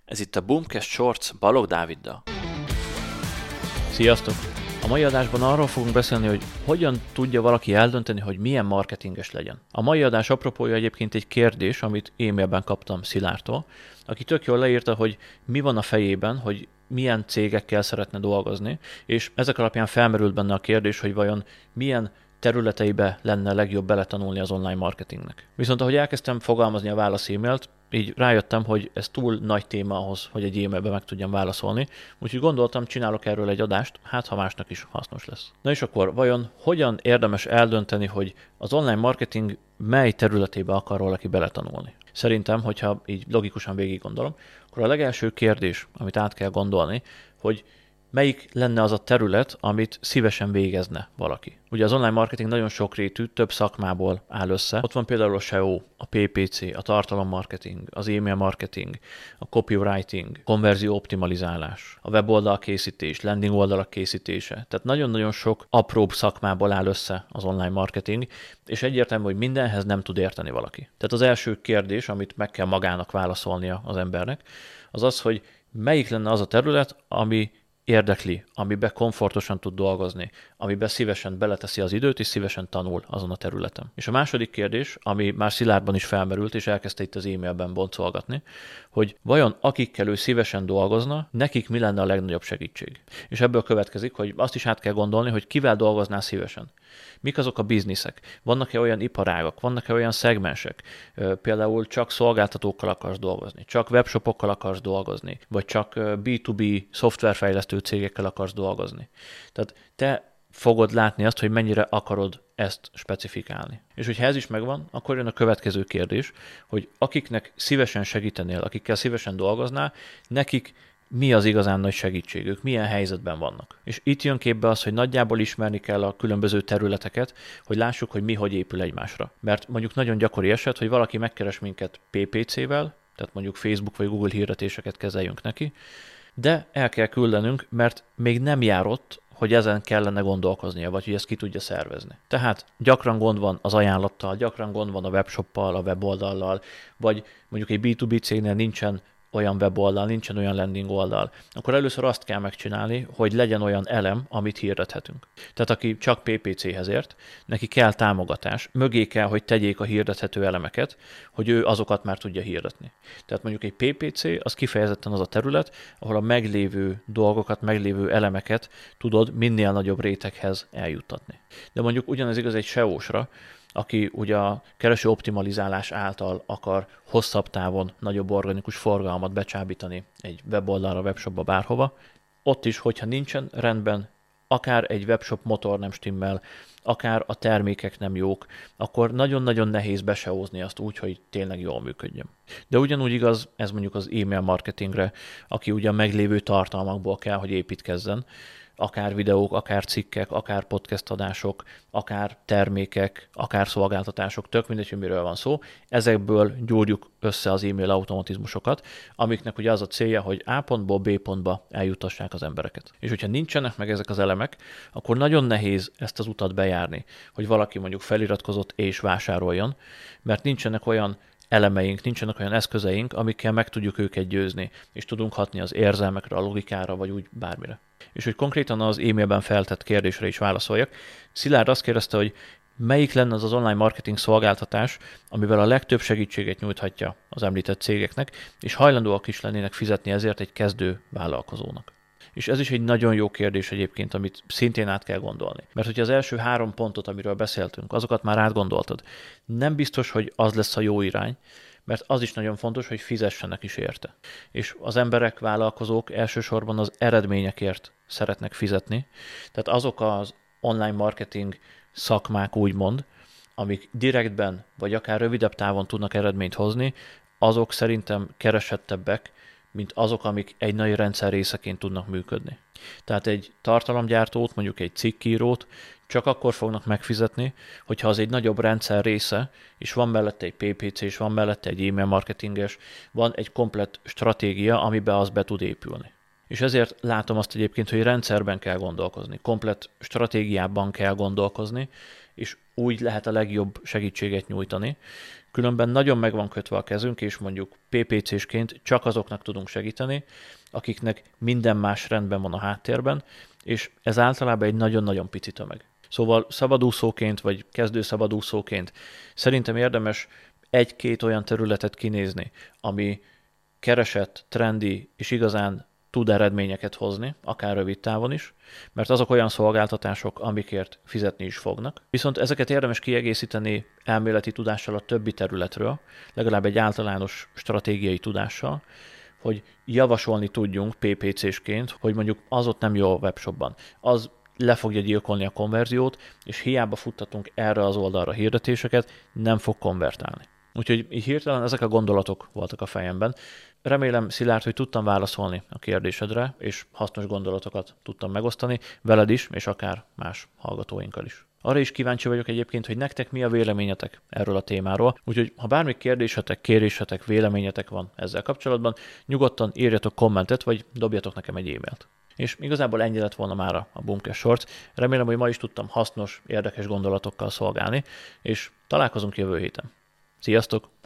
Ez itt a Boomcast Shorts Balogh Dáviddal. Sziasztok! A mai adásban arról fogunk beszélni, hogy hogyan tudja valaki eldönteni, hogy milyen marketinges legyen. A mai adás apropója egyébként egy kérdés, amit e-mailben kaptam Szilárdtól, aki tök jól leírta, hogy mi van a fejében, hogy milyen cégekkel szeretne dolgozni, és ezek alapján felmerült benne a kérdés, hogy vajon milyen területeibe lenne legjobb beletanulni az online marketingnek. Viszont ahogy elkezdtem fogalmazni a válasz e-mailt, így rájöttem, hogy ez túl nagy téma ahhoz, hogy egy e-mailbe meg tudjam válaszolni, úgyhogy gondoltam, csinálok erről egy adást, hát ha másnak is hasznos lesz. Na és akkor vajon hogyan érdemes eldönteni, hogy az online marketing mely területébe akar valaki beletanulni? Szerintem, hogyha így logikusan végig gondolom, akkor a legelső kérdés, amit át kell gondolni, hogy melyik lenne az a terület, amit szívesen végezne valaki. Ugye az online marketing nagyon sokrétű, több szakmából áll össze. Ott van például a SEO, a PPC, a tartalommarketing, az e-mail marketing, a copywriting, konverzió optimalizálás, a weboldal készítés, landing oldalak készítése. Tehát nagyon-nagyon sok apróbb szakmából áll össze az online marketing, és egyértelmű, hogy mindenhez nem tud érteni valaki. Tehát az első kérdés, amit meg kell magának válaszolnia az embernek, az az, hogy melyik lenne az a terület, ami érdekli, amiben komfortosan tud dolgozni, amiben szívesen beleteszi az időt, és szívesen tanul azon a területen. És a második kérdés, ami már Szilárdban is felmerült, és elkezdte itt az e-mailben boncolgatni, hogy vajon akikkel ő szívesen dolgozna, nekik mi lenne a legnagyobb segítség. És ebből következik, hogy azt is át kell gondolni, hogy kivel dolgoznál szívesen. Mik azok a bizniszek? Vannak-e olyan iparágak? Vannak-e olyan szegmensek? Például csak szolgáltatókkal akarsz dolgozni, csak webshopokkal akarsz dolgozni, vagy csak B2B szoftverfejlesztő cégekkel akarsz dolgozni. Tehát te fogod látni azt, hogy mennyire akarod ezt specifikálni. És hogyha ez is megvan, akkor jön a következő kérdés, hogy akiknek szívesen segítenél, akikkel szívesen dolgoznál, nekik mi az igazán nagy segítségük, milyen helyzetben vannak. És itt jön képbe az, hogy nagyjából ismerni kell a különböző területeket, hogy lássuk, hogy mi hogy épül egymásra. Mert mondjuk nagyon gyakori eset, hogy valaki megkeres minket PPC-vel, tehát mondjuk Facebook vagy Google hirdetéseket kezeljünk neki, de el kell küldenünk, mert még nem jár ott, hogy ezen kellene gondolkoznia, vagy hogy ezt ki tudja szervezni. Tehát gyakran gond van az ajánlattal, gyakran gond van a webshoppal, a weboldallal, vagy mondjuk egy B2B cégnél nincsen olyan weboldal, nincsen olyan landing oldal, akkor először azt kell megcsinálni, hogy legyen olyan elem, amit hirdethetünk. Tehát aki csak PPC-hez ért, neki kell támogatás, mögé kell, hogy tegyék a hirdethető elemeket, hogy ő azokat már tudja hirdetni. Tehát mondjuk egy PPC az kifejezetten az a terület, ahol a meglévő dolgokat, meglévő elemeket tudod minél nagyobb réteghez eljuttatni. De mondjuk ugyanez igaz egy SEO-sra, aki ugye a kereső optimalizálás által akar hosszabb távon nagyobb organikus forgalmat becsábítani egy weboldalra, webshopba, bárhova. Ott is, hogyha nincsen rendben, akár egy webshop motor nem stimmel, akár a termékek nem jók, akkor nagyon-nagyon nehéz beseózni azt úgy, hogy tényleg jól működjön. De ugyanúgy igaz ez mondjuk az e-mail marketingre, aki ugye a meglévő tartalmakból kell, hogy építkezzen, akár videók, akár cikkek, akár podcast adások, akár termékek, akár szolgáltatások, tök mindegy, hogy miről van szó. Ezekből gyúrjuk össze az e-mail automatizmusokat, amiknek ugye az a célja, hogy A pontból B pontba eljutassák az embereket. És hogyha nincsenek meg ezek az elemek, akkor nagyon nehéz ezt az utat bejárni, hogy valaki mondjuk feliratkozott és vásároljon, mert nincsenek olyan elemeink, nincsenek olyan eszközeink, amikkel meg tudjuk őket győzni, és tudunk hatni az érzelmekre, a logikára, vagy úgy bármire. És hogy konkrétan az e-mailben feltett kérdésre is válaszoljak, Szilárd azt kérdezte, hogy melyik lenne az online marketing szolgáltatás, amivel a legtöbb segítséget nyújthatja az említett cégeknek, és hajlandóak is lennének fizetni ezért egy kezdő vállalkozónak. És ez is egy nagyon jó kérdés egyébként, amit szintén át kell gondolni. Mert hogyha az első 3 pontot, amiről beszéltünk, azokat már átgondoltad, nem biztos, hogy az lesz a jó irány, mert az is nagyon fontos, hogy fizessenek is érte. És az emberek, vállalkozók elsősorban az eredményekért szeretnek fizetni. Tehát azok az online marketing szakmák úgymond, amik direktben, vagy akár rövidebb távon tudnak eredményt hozni, azok szerintem keresettebbek, mint azok, amik egy nagy rendszer részeként tudnak működni. Tehát egy tartalomgyártót, mondjuk egy cikkírót csak akkor fognak megfizetni, hogyha az egy nagyobb rendszer része, és van mellette egy PPC, és van mellette egy e-mail marketinges, van egy komplett stratégia, amiben az be tud épülni. És ezért látom azt egyébként, hogy rendszerben kell gondolkozni, komplett stratégiában kell gondolkozni, és úgy lehet a legjobb segítséget nyújtani. Különben nagyon meg van kötve a kezünk, és mondjuk PPC-sként csak azoknak tudunk segíteni, akiknek minden más rendben van a háttérben, és ez általában egy nagyon-nagyon pici tömeg. Szóval szabadúszóként, vagy kezdő szabadúszóként szerintem érdemes egy-két olyan területet kinézni, ami keresett, trendi, és igazán tud eredményeket hozni, akár rövid távon is, mert azok olyan szolgáltatások, amikért fizetni is fognak. Viszont ezeket érdemes kiegészíteni elméleti tudással a többi területről, legalább egy általános stratégiai tudással, hogy javasolni tudjunk PPC-sként, hogy mondjuk az ott nem jó a webshopban. Az le fogja gyilkolni a konverziót, és hiába futtatunk erre az oldalra hirdetéseket, nem fog konvertálni. Úgyhogy így hirtelen ezek a gondolatok voltak a fejemben. Remélem, Szilárd, hogy tudtam válaszolni a kérdésedre, és hasznos gondolatokat tudtam megosztani veled is, és akár más hallgatóinkkal is. Arra is kíváncsi vagyok egyébként, hogy nektek mi a véleményetek erről a témáról, úgyhogy ha bármi kérdésetek, kérésetek, véleményetek van ezzel kapcsolatban, nyugodtan írjatok kommentet, vagy dobjatok nekem egy e-mailt. És igazából ennyi lett volna már a Boomcast Shorts. Remélem, hogy ma is tudtam hasznos, érdekes gondolatokkal szolgálni, és találkozunk jövő héten. Sziasztok!